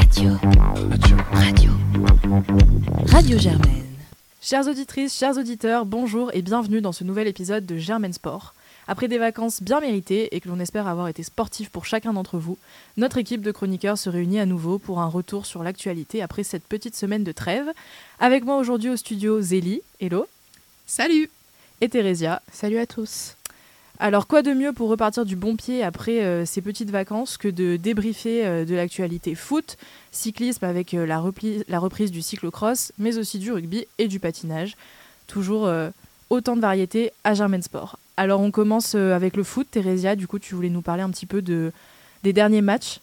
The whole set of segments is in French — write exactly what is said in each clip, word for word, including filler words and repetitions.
Radio. Radio. Radio. Radio Germaine. Chères auditrices, chers auditeurs, bonjour et bienvenue dans ce nouvel épisode de Germaine Sport. Après des vacances bien méritées et que l'on espère avoir été sportifs pour chacun d'entre vous, notre équipe de chroniqueurs se réunit à nouveau pour un retour sur l'actualité après cette petite semaine de trêve. Avec moi aujourd'hui au studio Zélie, hello. Salut. Et Thérésia. Salut à tous. Alors quoi de mieux pour repartir du bon pied après euh, ces petites vacances que de débriefer euh, de l'actualité foot, cyclisme avec euh, la, repli- la reprise du cyclocross, mais aussi du rugby et du patinage. Toujours euh, autant de variétés à Germaine Sport. Alors on commence euh, avec le foot. Thérésia, du coup tu voulais nous parler un petit peu de, des derniers matchs.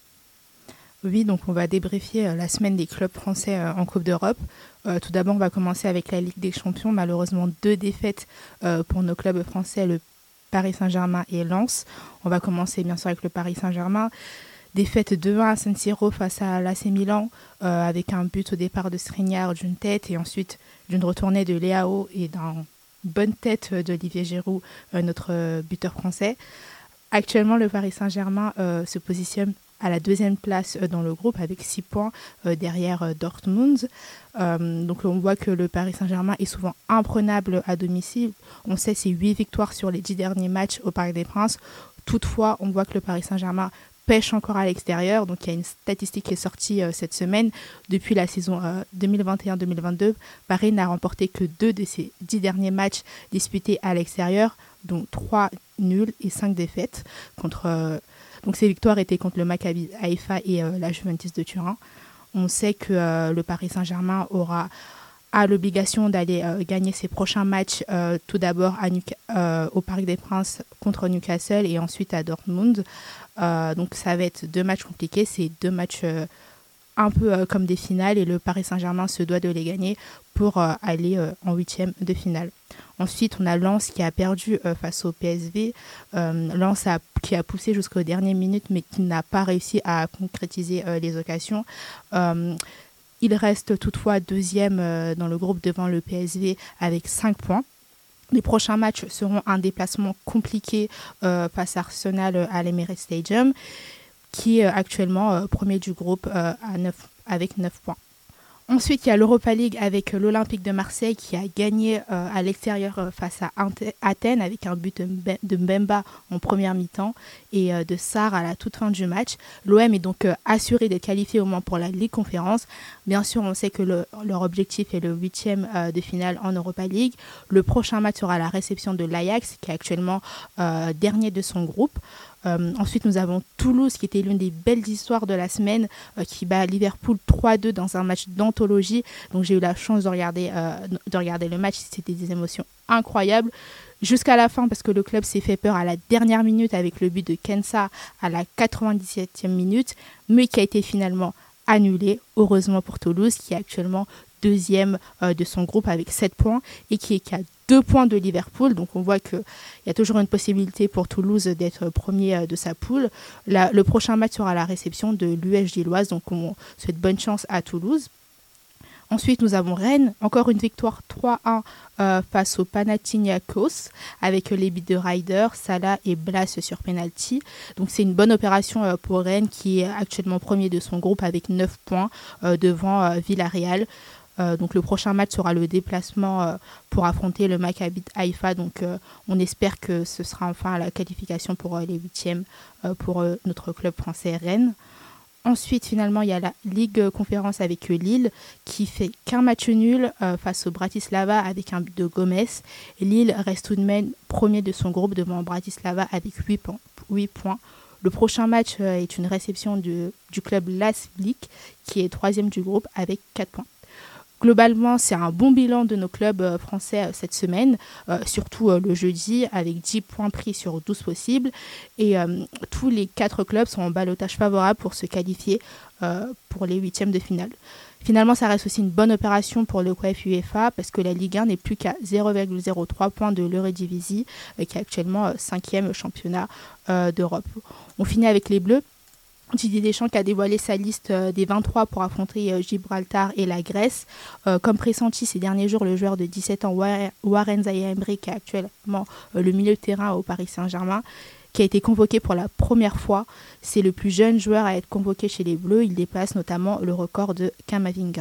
Oui, donc on va débriefer euh, la semaine des clubs français euh, en Coupe d'Europe. Euh, tout d'abord, on va commencer avec la Ligue des Champions. Malheureusement, deux défaites euh, pour nos clubs français, le Paris Saint-Germain et Lens. On va commencer bien sûr avec le Paris Saint-Germain. Défaite deux un à San Siro face à l'A C Milan euh, avec un but au départ de Skriniar d'une tête et ensuite d'une retournée de Leao et d'une bonne tête d'Olivier Giroud, euh, notre euh, buteur français. Actuellement, le Paris Saint-Germain euh, se positionne à la deuxième place dans le groupe avec six points euh, derrière euh, Dortmund. Euh, donc on voit que le Paris Saint-Germain est souvent imprenable à domicile. On sait c'est huit victoires sur les dix derniers matchs au Parc des Princes. Toutefois, on voit que le Paris Saint-Germain pêche encore à l'extérieur. Donc il y a une statistique qui est sortie euh, cette semaine. Depuis la saison euh, deux mille vingt et un deux mille vingt-deux, Paris n'a remporté que deux de ses dix derniers matchs disputés à l'extérieur, dont trois nuls et cinq défaites contre... Euh, Donc ces victoires étaient contre le Maccabi Haïfa et euh, la Juventus de Turin. On sait que euh, le Paris Saint-Germain aura a l'obligation d'aller euh, gagner ses prochains matchs euh, tout d'abord à New- euh, au Parc des Princes contre Newcastle et ensuite à Dortmund. Euh, donc ça va être deux matchs compliqués, c'est deux matchs euh, un peu euh, comme des finales et le Paris Saint-Germain se doit de les gagner pour euh, aller euh, en huitième de finale. Ensuite, on a Lens qui a perdu euh, face au P S V. Euh, Lens a, qui a poussé jusqu'aux dernières minutes, mais qui n'a pas réussi à concrétiser euh, les occasions. Euh, il reste toutefois deuxième euh, dans le groupe devant le P S V avec cinq points. Les prochains matchs seront un déplacement compliqué euh, face à Arsenal euh, à l'Emirates Stadium, qui est euh, actuellement euh, premier du groupe euh, à neuf, avec neuf points. Ensuite, il y a l'Europa League avec l'Olympique de Marseille qui a gagné euh, à l'extérieur euh, face à Athènes avec un but de Mbemba en première mi-temps et euh, de Sarr à la toute fin du match. L'O M est donc euh, assuré d'être qualifié au moins pour la Ligue Conférence. Bien sûr, on sait que le, leur objectif est le huitième euh, de finale en Europa League. Le prochain match sera la réception de l'Ajax qui est actuellement euh, dernier de son groupe. Euh, ensuite, nous avons Toulouse qui était l'une des belles histoires de la semaine euh, qui bat Liverpool trois deux dans un match d'anthologie. Donc j'ai eu la chance de regarder, euh, de regarder le match. C'était des émotions incroyables jusqu'à la fin parce que le club s'est fait peur à la dernière minute avec le but de Kensa à la quatre-vingt-dix-septième minute, mais qui a été finalement annulé, heureusement pour Toulouse qui est actuellement deuxième euh, de son groupe avec sept points et qui est qu'à deux points de Liverpool. Donc on voit qu'il y a toujours une possibilité pour Toulouse d'être premier euh, de sa poule. La, le prochain match sera la réception de l'U S Gilloise, donc on souhaite bonne chance à Toulouse. Ensuite, nous avons Rennes, encore une victoire trois un euh, face au Panathinaikos avec les buts de Ryder, Salah et Blas sur penalty. Donc c'est une bonne opération euh, pour Rennes qui est actuellement premier de son groupe avec neuf points euh, devant euh, Villarreal. Euh, donc le prochain match sera le déplacement euh, pour affronter le Maccabi Haïfa. Donc euh, on espère que ce sera enfin la qualification pour euh, les huitièmes euh, pour euh, notre club français Rennes. Ensuite, finalement, il y a la Ligue Conférence avec Lille qui fait qu'un match nul euh, face au Bratislava avec un but de Gomez. Lille reste tout de même premier de son groupe devant Bratislava avec huit points. Le prochain match euh, est une réception du, du club Lasvik qui est troisième du groupe avec quatre points. Globalement, c'est un bon bilan de nos clubs euh, français euh, cette semaine, euh, surtout euh, le jeudi, avec dix points pris sur douze possibles. Et euh, tous les quatre clubs sont en ballottage favorable pour se qualifier euh, pour les huitièmes de finale. Finalement, ça reste aussi une bonne opération pour le C O F UEFA parce que la Ligue un n'est plus qu'à zéro virgule zéro trois points de l'Eredivisie, euh, qui est actuellement euh, cinquième championnat euh, d'Europe. On finit avec les Bleus. Didier Deschamps qui a dévoilé sa liste euh, des vingt-trois pour affronter euh, Gibraltar et la Grèce. Euh, comme pressenti ces derniers jours, le joueur de dix-sept ans, Warren Zaïre-Emery, qui est actuellement euh, le milieu de terrain au Paris Saint-Germain, qui a été convoqué pour la première fois. C'est le plus jeune joueur à être convoqué chez les Bleus. Il dépasse notamment le record de Kamavinga.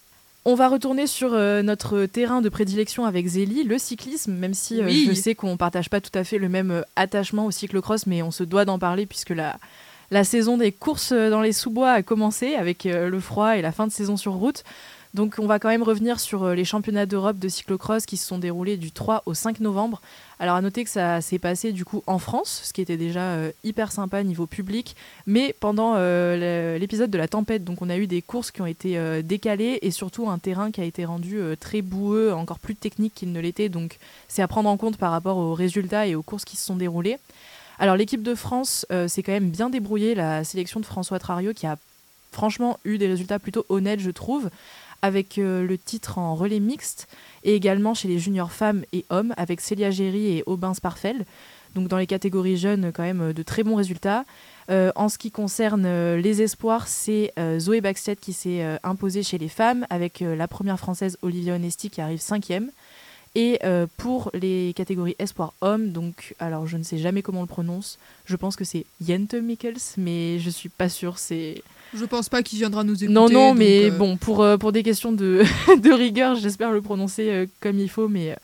On va retourner sur euh, notre terrain de prédilection avec Zélie, le cyclisme, même si euh, oui. je sais qu'on ne partage pas tout à fait le même euh, attachement au cyclocross, mais on se doit d'en parler puisque la, la saison des courses dans les sous-bois a commencé avec euh, le froid et la fin de saison sur route. Donc on va quand même revenir sur euh, les championnats d'Europe de cyclocross qui se sont déroulés du trois au cinq novembre. Alors à noter que ça s'est passé du coup en France, ce qui était déjà euh, hyper sympa niveau public, mais pendant euh, l'épisode de la tempête. Donc on a eu des courses qui ont été euh, décalées et surtout un terrain qui a été rendu euh, très boueux, encore plus technique qu'il ne l'était. Donc c'est à prendre en compte par rapport aux résultats et aux courses qui se sont déroulées. Alors l'équipe de France euh, s'est quand même bien débrouillée, la sélection de François Trarieux qui a franchement eu des résultats plutôt honnêtes je trouve, avec euh, le titre en relais mixte et également chez les juniors femmes et hommes avec Célia Géry et Aubin Sparfeld. Donc dans les catégories jeunes, quand même de très bons résultats. Euh, en ce qui concerne euh, les espoirs, c'est euh, Zoé Baxted qui s'est euh, imposée chez les femmes avec euh, la première française Olivia Onesti qui arrive cinquième. Et euh, pour les catégories espoirs hommes, donc alors je ne sais jamais comment on le prononce, je pense que c'est Jente Mikkels, mais je suis pas sûre, c'est... Je pense pas qu'il viendra nous écouter. Non, non, donc, mais euh... bon, pour, euh, pour des questions de, de rigueur, j'espère le prononcer euh, comme il faut, mais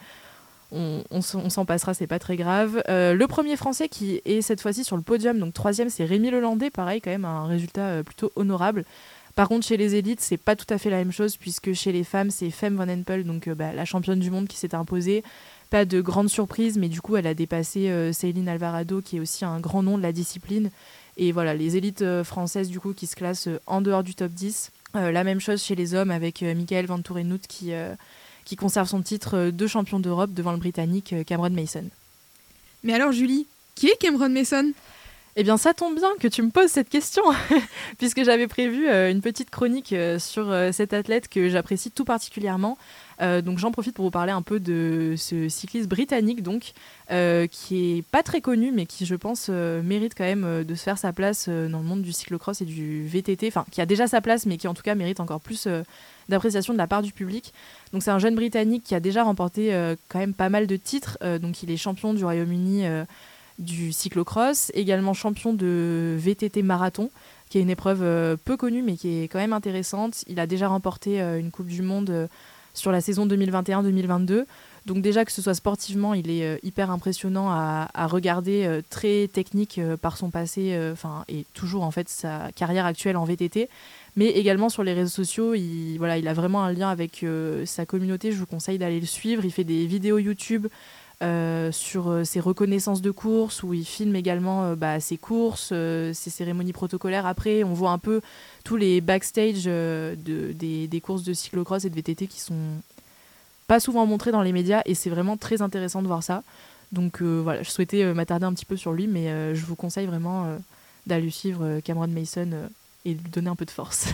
on, on, on s'en passera, c'est pas très grave. Euh, le premier français qui est cette fois-ci sur le podium, donc troisième, c'est Rémi Lelandais, pareil, quand même un résultat euh, plutôt honorable. Par contre, chez les élites, c'est pas tout à fait la même chose, puisque chez les femmes, c'est Fem Van Empel, donc euh, bah, la championne du monde qui s'est imposée. Pas de grande surprise, mais du coup, elle a dépassé euh, Céline Alvarado, qui est aussi un grand nom de la discipline. Et voilà, les élites euh, françaises, du coup, qui se classent euh, en dehors du top dix. Euh, la même chose chez les hommes, avec euh, Michael Van Toerenhout, qui, euh, qui conserve son titre euh, de champion d'Europe devant le Britannique euh, Cameron Mason. Mais alors, Julie, qui est Cameron Mason ? Eh bien, ça tombe bien que tu me poses cette question, puisque j'avais prévu euh, une petite chronique euh, sur euh, cet athlète que j'apprécie tout particulièrement. Euh, donc, j'en profite pour vous parler un peu de ce cycliste britannique, donc, euh, qui est pas très connu, mais qui, je pense, euh, mérite quand même euh, de se faire sa place euh, dans le monde du cyclocross et du V T T. Enfin, qui a déjà sa place, mais qui, en tout cas, mérite encore plus euh, d'appréciation de la part du public. Donc, c'est un jeune Britannique qui a déjà remporté euh, quand même pas mal de titres. Euh, donc, il est champion du Royaume-Uni euh, du cyclocross, également champion de V T T marathon, qui est une épreuve euh, peu connue mais qui est quand même intéressante. Il a déjà remporté euh, une Coupe du Monde euh, sur la saison deux mille vingt et un deux mille vingt-deux. Donc déjà que ce soit sportivement, il est euh, hyper impressionnant à, à regarder, euh, très technique euh, par son passé, enfin euh, et toujours en fait sa carrière actuelle en V T T. Mais également sur les réseaux sociaux, il, voilà, il a vraiment un lien avec euh, sa communauté. Je vous conseille d'aller le suivre. Il fait des vidéos YouTube Euh, sur euh, ses reconnaissances de courses, où il filme également euh, bah, ses courses, euh, ses cérémonies protocolaires. Après, on voit un peu tous les backstage euh, de, des, des courses de cyclocross et de V T T qui sont pas souvent montrés dans les médias, et c'est vraiment très intéressant de voir ça. Donc euh, voilà, je souhaitais euh, m'attarder un petit peu sur lui, mais euh, je vous conseille vraiment euh, d'aller suivre euh, Cameron Mason euh, et de lui donner un peu de force.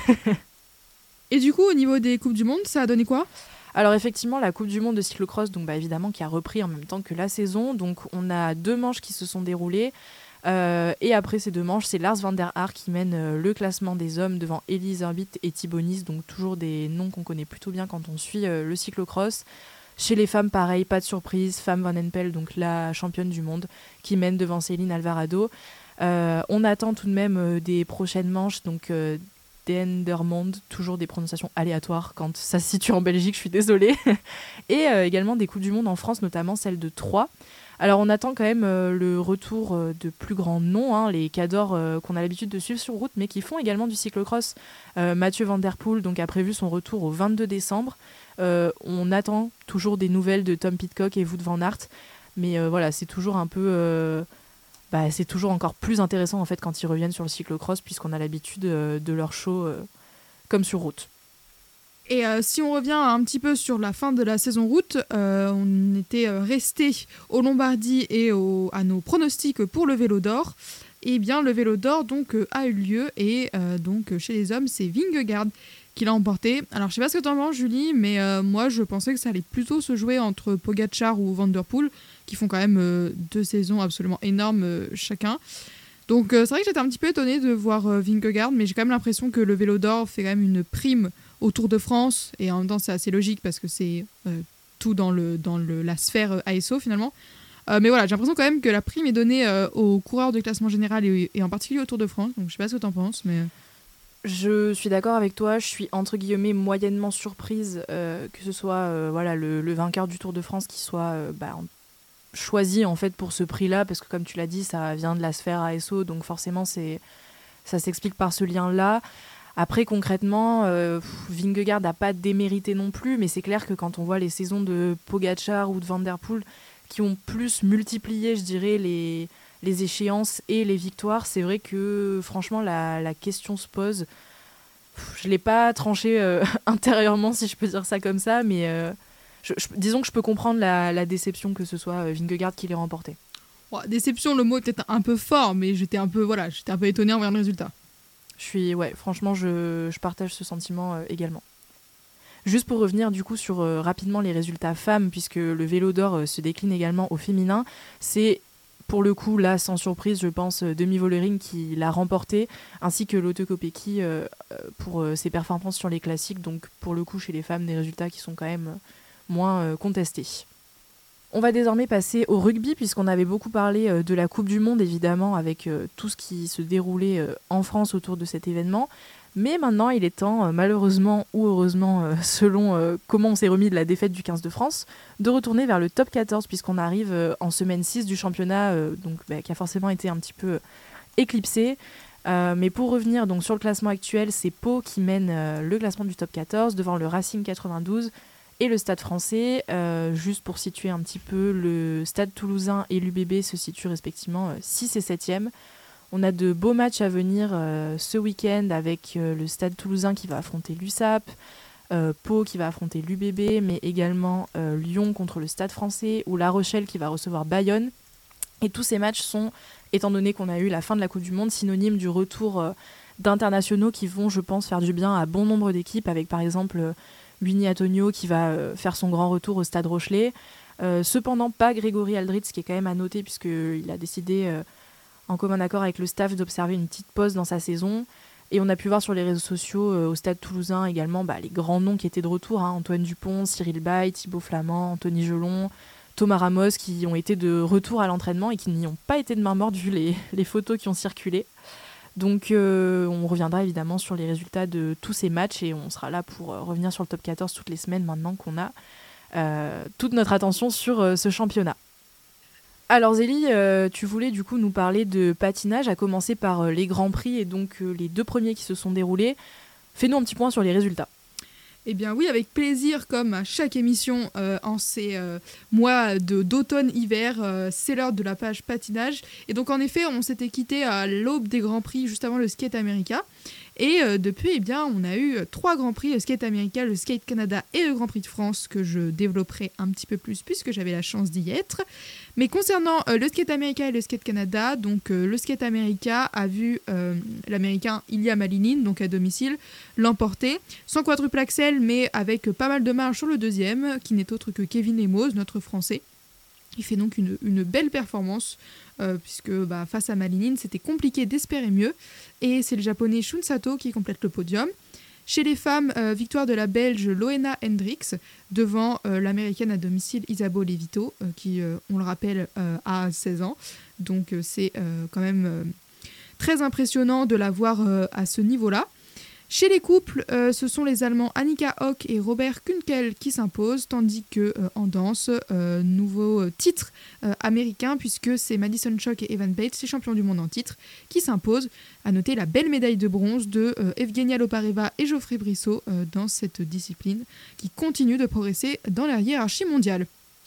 Et du coup, au niveau des Coupes du Monde, ça a donné quoi ? Alors effectivement, la Coupe du Monde de cyclocross, donc bah, évidemment, qui a repris en même temps que la saison. Donc on a deux manches qui se sont déroulées. Euh, et après ces deux manches, c'est Lars van der Haar qui mène euh, le classement des hommes devant Elise Herbit et Thibaut Nice. Donc toujours des noms qu'on connaît plutôt bien quand on suit euh, le cyclocross. Chez les femmes, pareil, pas de surprise. Fem Van Empel, donc la championne du monde, qui mène devant Céline Alvarado. Euh, on attend tout de même euh, des prochaines manches, donc... Euh, Dendermonde, toujours des prononciations aléatoires quand ça se situe en Belgique, je suis désolée. Et euh, également des Coupes du Monde en France, notamment celle de Troyes. Alors on attend quand même euh, le retour euh, de plus grands noms, hein, les cadors euh, qu'on a l'habitude de suivre sur route, mais qui font également du cyclocross. Euh, Mathieu Van Der Poel donc, a prévu son retour au vingt-deux décembre. Euh, on attend toujours des nouvelles de Tom Pidcock et Wout van Aert, mais euh, voilà, c'est toujours un peu... Euh, Bah, c'est toujours encore plus intéressant en fait quand ils reviennent sur le cyclocross, puisqu'on a l'habitude euh, de leur show euh, comme sur route. Et euh, si on revient un petit peu sur la fin de la saison route, euh, on était resté au Lombardie et au, à nos pronostics pour le Vélo d'Or. Et bien le Vélo d'Or donc euh, a eu lieu, et euh, donc chez les hommes c'est Vingegaard qui l'a emporté. Alors je sais pas ce que t'en penses Julie, mais euh, moi je pensais que ça allait plutôt se jouer entre Pogacar ou Van Der Poel, qui font quand même euh, deux saisons absolument énormes euh, chacun. Donc euh, c'est vrai que j'étais un petit peu étonnée de voir euh, Vingegaard, mais j'ai quand même l'impression que le Vélo d'Or fait quand même une prime au Tour de France, et en même temps c'est assez logique parce que c'est euh, tout dans, le, dans le, la sphère euh, A S O finalement. Euh, mais voilà, j'ai l'impression quand même que la prime est donnée euh, aux coureurs de classement général et, et en particulier au Tour de France. Donc je sais pas ce que t'en penses, mais... Je suis d'accord avec toi, je suis entre guillemets moyennement surprise euh, que ce soit euh, voilà, le, le vainqueur du Tour de France qui soit euh, bah, choisi en fait pour ce prix-là, parce que comme tu l'as dit, ça vient de la sphère A S O, donc forcément c'est, ça s'explique par ce lien-là. Après concrètement, euh, Vingegaard n'a pas démérité non plus, mais c'est clair que quand on voit les saisons de Pogačar ou de Van Der Poel qui ont plus multiplié, je dirais, les... les échéances et les victoires, c'est vrai que franchement la, la question se pose. Je ne l'ai pas tranché euh, intérieurement, si je peux dire ça comme ça, mais euh, je, je, disons que je peux comprendre la, la déception que ce soit euh, Vingegaard qui l'ait remporté. Ouais, déception, le mot est peut-être un peu fort, mais j'étais un peu, voilà, j'étais un peu étonnée en voyant le résultat. Je suis, ouais, franchement, je, je partage ce sentiment euh, également. Juste pour revenir du coup sur euh, rapidement les résultats femmes, puisque le vélo d'or euh, se décline également au féminin, c'est pour le coup, là, sans surprise, je pense, Demi Vollering qui l'a remporté, ainsi que Lotte Kopecky euh, pour euh, ses performances sur les classiques. Donc, pour le coup, chez les femmes, des résultats qui sont quand même moins euh, contestés. On va désormais passer au rugby, puisqu'on avait beaucoup parlé euh, de la Coupe du Monde, évidemment, avec euh, tout ce qui se déroulait euh, en France autour de cet événement. Mais maintenant, il est temps, euh, malheureusement ou heureusement, euh, selon euh, comment on s'est remis de la défaite du quinze de France, de retourner vers le top quatorze, puisqu'on arrive euh, en semaine six du championnat, euh, donc, bah, qui a forcément été un petit peu euh, éclipsé. Euh, mais pour revenir donc, sur le classement actuel, c'est Pau qui mène euh, le classement du top quatorze, devant le Racing quatre-vingt-douze et le Stade français. Euh, juste pour situer un petit peu, le Stade toulousain et l'U B B se situent respectivement euh, six et septième. On a de beaux matchs à venir euh, ce week-end avec euh, le Stade toulousain qui va affronter l'U S A P, euh, Pau qui va affronter l'U B B, mais également euh, Lyon contre le Stade français ou La Rochelle qui va recevoir Bayonne. Et tous ces matchs sont, étant donné qu'on a eu la fin de la Coupe du Monde, synonymes du retour euh, d'internationaux qui vont, je pense, faire du bien à bon nombre d'équipes, avec par exemple euh, Winnie Antonio qui va euh, faire son grand retour au Stade Rochelet. Euh, cependant, pas Grégory Aldritz, qui est quand même à noter puisqu'il a décidé... Euh, en commun accord avec le staff, d'observer une petite pause dans sa saison. Et on a pu voir sur les réseaux sociaux, euh, au Stade toulousain également, bah, les grands noms qui étaient de retour, hein, Antoine Dupont, Cyril Bay, Thibaut Flamand, Anthony Gelon, Thomas Ramos, qui ont été de retour à l'entraînement et qui n'y ont pas été de main morte vu les, les photos qui ont circulé. Donc euh, on reviendra évidemment sur les résultats de tous ces matchs et on sera là pour euh, revenir sur le top quatorze toutes les semaines maintenant qu'on a euh, toute notre attention sur euh, ce championnat. Alors Zélie, euh, tu voulais du coup nous parler de patinage, à commencer par euh, les Grands Prix et donc euh, les deux premiers qui se sont déroulés. Fais-nous un petit point sur les résultats. Eh bien oui, avec plaisir, comme à chaque émission euh, en ces euh, mois de, d'automne-hiver, euh, c'est l'heure de la page patinage. Et donc en effet, on s'était quitté à l'aube des Grands Prix, juste avant le Skate America. Et euh, depuis, eh bien, on a eu trois Grands Prix, le Skate America, le Skate Canada et le Grand Prix de France, que je développerai un petit peu plus puisque j'avais la chance d'y être. Mais concernant euh, le Skate America et le Skate Canada, donc euh, le Skate America a vu euh, l'Américain Ilia Malinin, donc à domicile, l'emporter, sans quadruple axel, mais avec pas mal de marge sur le deuxième, qui n'est autre que Kevin Lemos, notre Français. Il fait donc une, une belle performance, euh, puisque bah, face à Malinin, c'était compliqué d'espérer mieux. Et c'est le japonais Shun Sato qui complète le podium. Chez les femmes, euh, victoire de la Belge Loena Hendricks, devant euh, l'américaine à domicile Isabeau Levito, euh, qui, euh, on le rappelle, euh, a seize ans. Donc euh, c'est euh, quand même euh, très impressionnant de la voir euh, à ce niveau-là. Chez les couples, euh, ce sont les Allemands Annika Hock et Robert Kunkel qui s'imposent, tandis que euh, en danse, euh, nouveau euh, titre euh, américain, puisque c'est Madison Chock et Evan Bates, les champions du monde en titre, qui s'imposent. À noter la belle médaille de bronze de euh, Evgenia Lopareva et Geoffrey Brissot euh, dans cette discipline, qui continue de progresser dans la hiérarchie mondiale.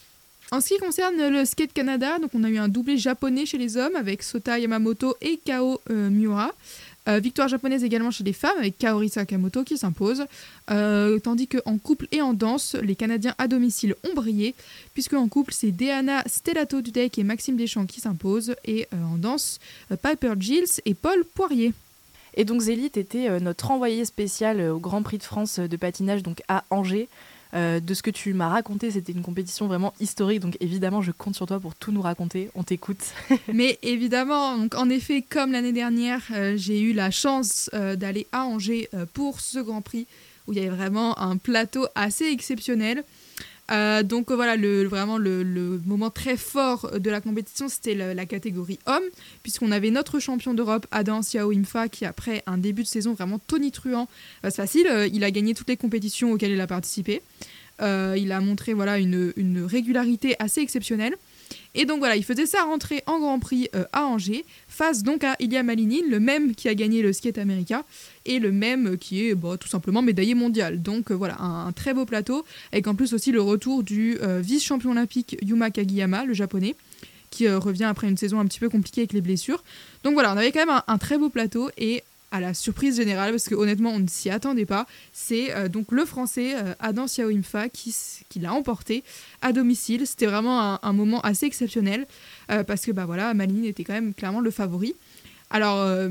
En ce qui concerne le Skate Canada, donc on a eu un doublé japonais chez les hommes avec Sota Yamamoto et Kao euh, Miura. Euh, victoire japonaise également chez les femmes avec Kaori Sakamoto qui s'impose, euh, tandis qu'en couple et en danse, les Canadiens à domicile ont brillé, puisque en couple c'est Deanna Stellato-Dudek et Maxime Deschamps qui s'imposent, et euh, en danse, euh, Piper Gilles et Paul Poirier. Et donc Zélie, t'étais euh, notre envoyée spéciale au Grand Prix de France de patinage donc à Angers. Euh, de ce que tu m'as raconté, c'était une compétition vraiment historique, donc évidemment je compte sur toi pour tout nous raconter, on t'écoute. Mais évidemment, donc en effet, comme l'année dernière, euh, j'ai eu la chance euh, d'aller à Angers euh, pour ce Grand Prix, où il y avait vraiment un plateau assez exceptionnel. Euh, donc euh, voilà, le, vraiment le, le moment très fort de la compétition, c'était le, la catégorie homme, puisqu'on avait notre champion d'Europe, Adam Siao Imfa, qui après un début de saison vraiment tonitruant, euh, c'est facile, euh, il a gagné toutes les compétitions auxquelles il a participé. Euh, il a montré voilà, une, une régularité assez exceptionnelle. Et donc voilà, il faisait sa rentrée en Grand Prix euh, à Angers, face donc à Ilia Malinin, le même qui a gagné le Skate America, et le même qui est bah, tout simplement médaillé mondial. Donc euh, voilà, un, un très beau plateau, avec en plus aussi le retour du euh, vice-champion olympique Yuma Kagiyama, le japonais, qui euh, revient après une saison un petit peu compliquée avec les blessures. Donc voilà, on avait quand même un, un très beau plateau, et à la surprise générale, parce que honnêtement on ne s'y attendait pas, c'est euh, donc le français euh, Adam Siao Imfa qui, qui l'a emporté à domicile. C'était vraiment un, un moment assez exceptionnel, euh, parce que bah, voilà, Malinin était quand même clairement le favori. Alors euh,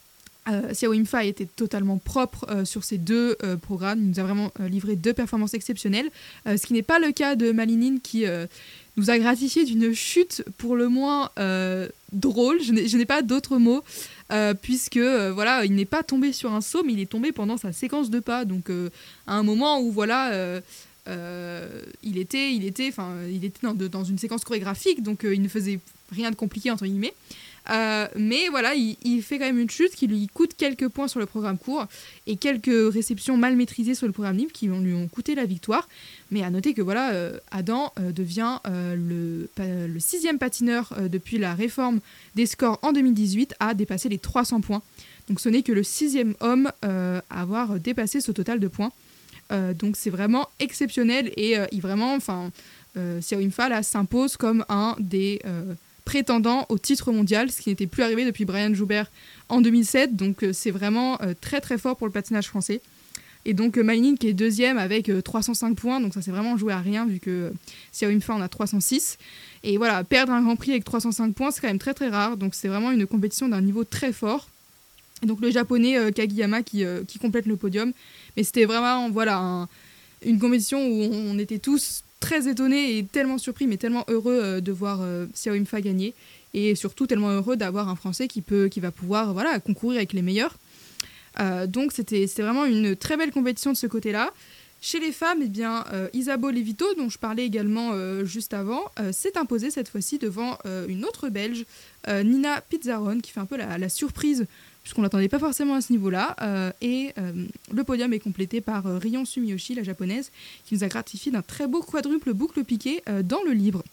euh, Siao Imfa était totalement propre euh, sur ces deux euh, programmes, il nous a vraiment euh, livré deux performances exceptionnelles, euh, ce qui n'est pas le cas de Malinin qui euh, nous a gratifié d'une chute pour le moins euh, drôle, je n'ai, je n'ai pas d'autres mots. Euh, puisque euh, voilà, il n'est pas tombé sur un saut, mais il est tombé pendant sa séquence de pas. Donc euh, à un moment où voilà, euh, euh, il était, il était, enfin, il était dans, de, dans une séquence chorégraphique, donc euh, il ne faisait rien de compliqué entre guillemets. Euh, mais voilà, il, il fait quand même une chute qui lui coûte quelques points sur le programme court et quelques réceptions mal maîtrisées sur le programme libre qui lui ont coûté la victoire. Mais à noter que voilà, euh, Adam euh, devient euh, le, pa- le sixième patineur euh, depuis la réforme des scores en deux mille dix-huit à dépasser les trois cents points. Donc ce n'est que le sixième homme euh, à avoir dépassé ce total de points. Euh, donc c'est vraiment exceptionnel et euh, il vraiment, enfin, euh, Siao Imfa là s'impose comme un des euh, prétendant au titre mondial, ce qui n'était plus arrivé depuis Brian Joubert en deux mille sept, donc euh, c'est vraiment euh, très très fort pour le patinage français. Et donc euh, Malinin qui est deuxième avec euh, trois cent cinq points, donc ça s'est vraiment joué à rien vu que euh, Siao Imfa en a trois cent six. Et voilà, perdre un Grand Prix avec trois cent cinq points, c'est quand même très très rare, donc c'est vraiment une compétition d'un niveau très fort. Et donc le japonais euh, Kagiyama qui, euh, qui complète le podium, mais c'était vraiment voilà, un, une compétition où on, on était tous très étonnés et tellement surpris, mais tellement heureux euh, de voir euh, Siao Imfa gagner, et surtout tellement heureux d'avoir un Français qui, peut, qui va pouvoir voilà, concourir avec les meilleurs. Euh, donc c'était, c'était vraiment une très belle compétition de ce côté-là. Chez les femmes, eh bien, euh, Isabeau Levito, dont je parlais également euh, juste avant, euh, s'est imposée cette fois-ci devant euh, une autre Belge, euh, Nina Pizarron, qui fait un peu la, la surprise, puisqu'on ne l'attendait pas forcément à ce niveau-là. Euh, et euh, le podium est complété par euh, Rion Sumiyoshi, la japonaise, qui nous a gratifié d'un très beau quadruple boucle piqué euh, dans le libre.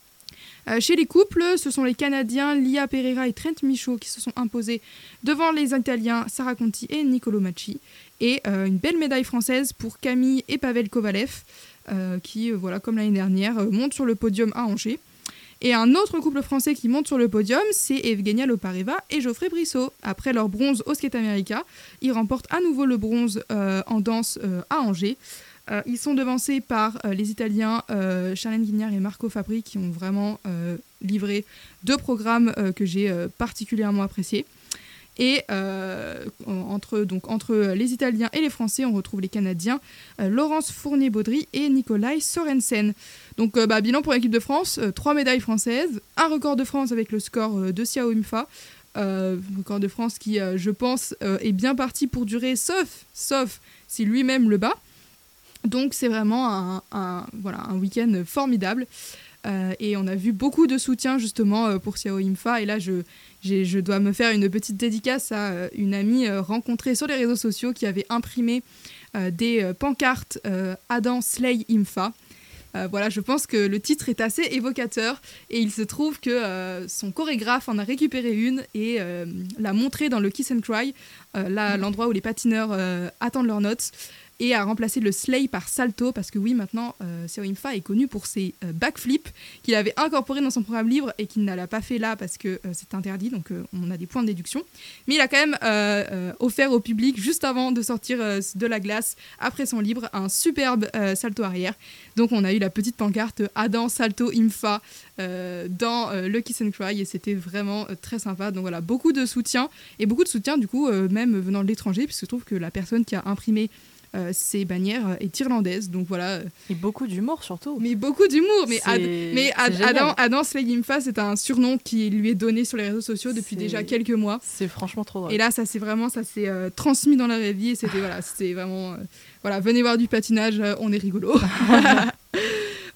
Euh, chez les couples, ce sont les Canadiens Lia Pereira et Trent Michaud qui se sont imposés devant les Italiens Sara Conti et Niccolò Macchi. Et euh, une belle médaille française pour Camille et Pavel Kovalev, euh, qui, euh, voilà, comme l'année dernière, euh, montent sur le podium à Angers. Et un autre couple français qui monte sur le podium, c'est Evgenia Lopareva et Geoffrey Brissot. Après leur bronze au Skate America, ils remportent à nouveau le bronze euh, en danse euh, à Angers. Euh, ils sont devancés par euh, les Italiens euh, Charlène Guignard et Marco Fabri qui ont vraiment euh, livré deux programmes euh, que j'ai euh, particulièrement appréciés. Et euh, entre, donc, entre les Italiens et les Français, on retrouve les Canadiens euh, Laurence Fournier-Baudry et Nikolai Sorensen. Donc euh, bah, bilan pour l'équipe de France, euh, trois médailles françaises, un record de France avec le score euh, de Siao Imfa. Euh, record de France qui, euh, je pense, euh, est bien parti pour durer, sauf, sauf si lui-même le bat. Donc c'est vraiment un, un, voilà, un week-end formidable. Euh, et on a vu beaucoup de soutien justement euh, pour Siao Imfa. Et là, je, j'ai, je dois me faire une petite dédicace à euh, une amie euh, rencontrée sur les réseaux sociaux qui avait imprimé euh, des euh, pancartes euh, Adam Slay Imfa. Euh, voilà, je pense que le titre est assez évocateur et il se trouve que euh, son chorégraphe en a récupéré une et euh, l'a montrée dans le Kiss and Cry, euh, là, l'endroit où les patineurs euh, attendent leurs notes, et a remplacé le slay par salto, parce que oui, maintenant, euh, Siao Imfa est connu pour ses euh, backflips qu'il avait incorporés dans son programme libre et qu'il n'a pas fait là parce que euh, c'est interdit, donc euh, on a des points de déduction. Mais il a quand même euh, euh, offert au public, juste avant de sortir euh, de la glace, après son libre, un superbe euh, salto arrière. Donc on a eu la petite pancarte Adam Salto Imfa euh, dans euh, le Kiss and Cry, et c'était vraiment euh, très sympa. Donc voilà, beaucoup de soutien, et beaucoup de soutien du coup, euh, même venant de l'étranger, puisque je trouve que la personne qui a imprimé Euh, ces bannières est irlandaise, donc voilà. Et beaucoup d'humour surtout. Mais beaucoup d'humour. Mais, Ad, mais Ad, c'est Adam, Adam Slay Imfa, c'est un surnom qui lui est donné sur les réseaux sociaux depuis c'est... déjà quelques mois. C'est franchement trop drôle. Et là, ça s'est vraiment, ça s'est euh, transmis dans la vraie vie. Et c'était voilà, c'était vraiment, euh, voilà, venez voir du patinage, euh, on est rigolo.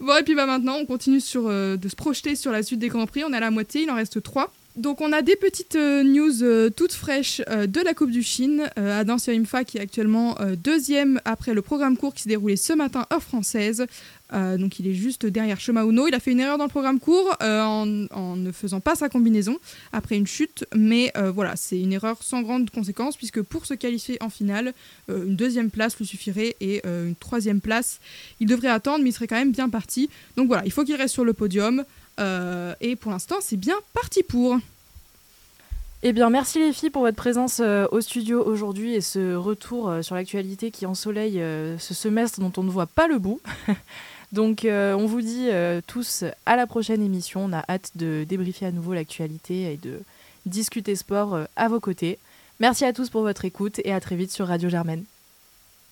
Bon, et puis bah, maintenant, on continue sur, euh, de se projeter sur la suite des Grands Prix. On est à la moitié, il en reste trois. Donc on a des petites euh, news euh, toutes fraîches euh, de la Coupe du Chine. Euh, Adam Sirimfa qui est actuellement euh, deuxième après le programme court qui s'est déroulé ce matin heure française. Euh, donc il est juste derrière Shoma Uno. Il a fait une erreur dans le programme court euh, en, en ne faisant pas sa combinaison après une chute. Mais euh, voilà, c'est une erreur sans grande conséquence puisque pour se qualifier en finale, euh, une deuxième place lui suffirait et euh, une troisième place, il devrait attendre mais il serait quand même bien parti. Donc voilà, il faut qu'il reste sur le podium. Euh, et pour l'instant, c'est bien parti pour. Eh bien, merci les filles pour votre présence euh, au studio aujourd'hui et ce retour euh, sur l'actualité qui ensoleille euh, ce semestre dont on ne voit pas le bout. Donc, euh, on vous dit euh, tous à la prochaine émission. On a hâte de débriefer à nouveau l'actualité et de discuter sport euh, à vos côtés. Merci à tous pour votre écoute et à très vite sur Radio Germaine.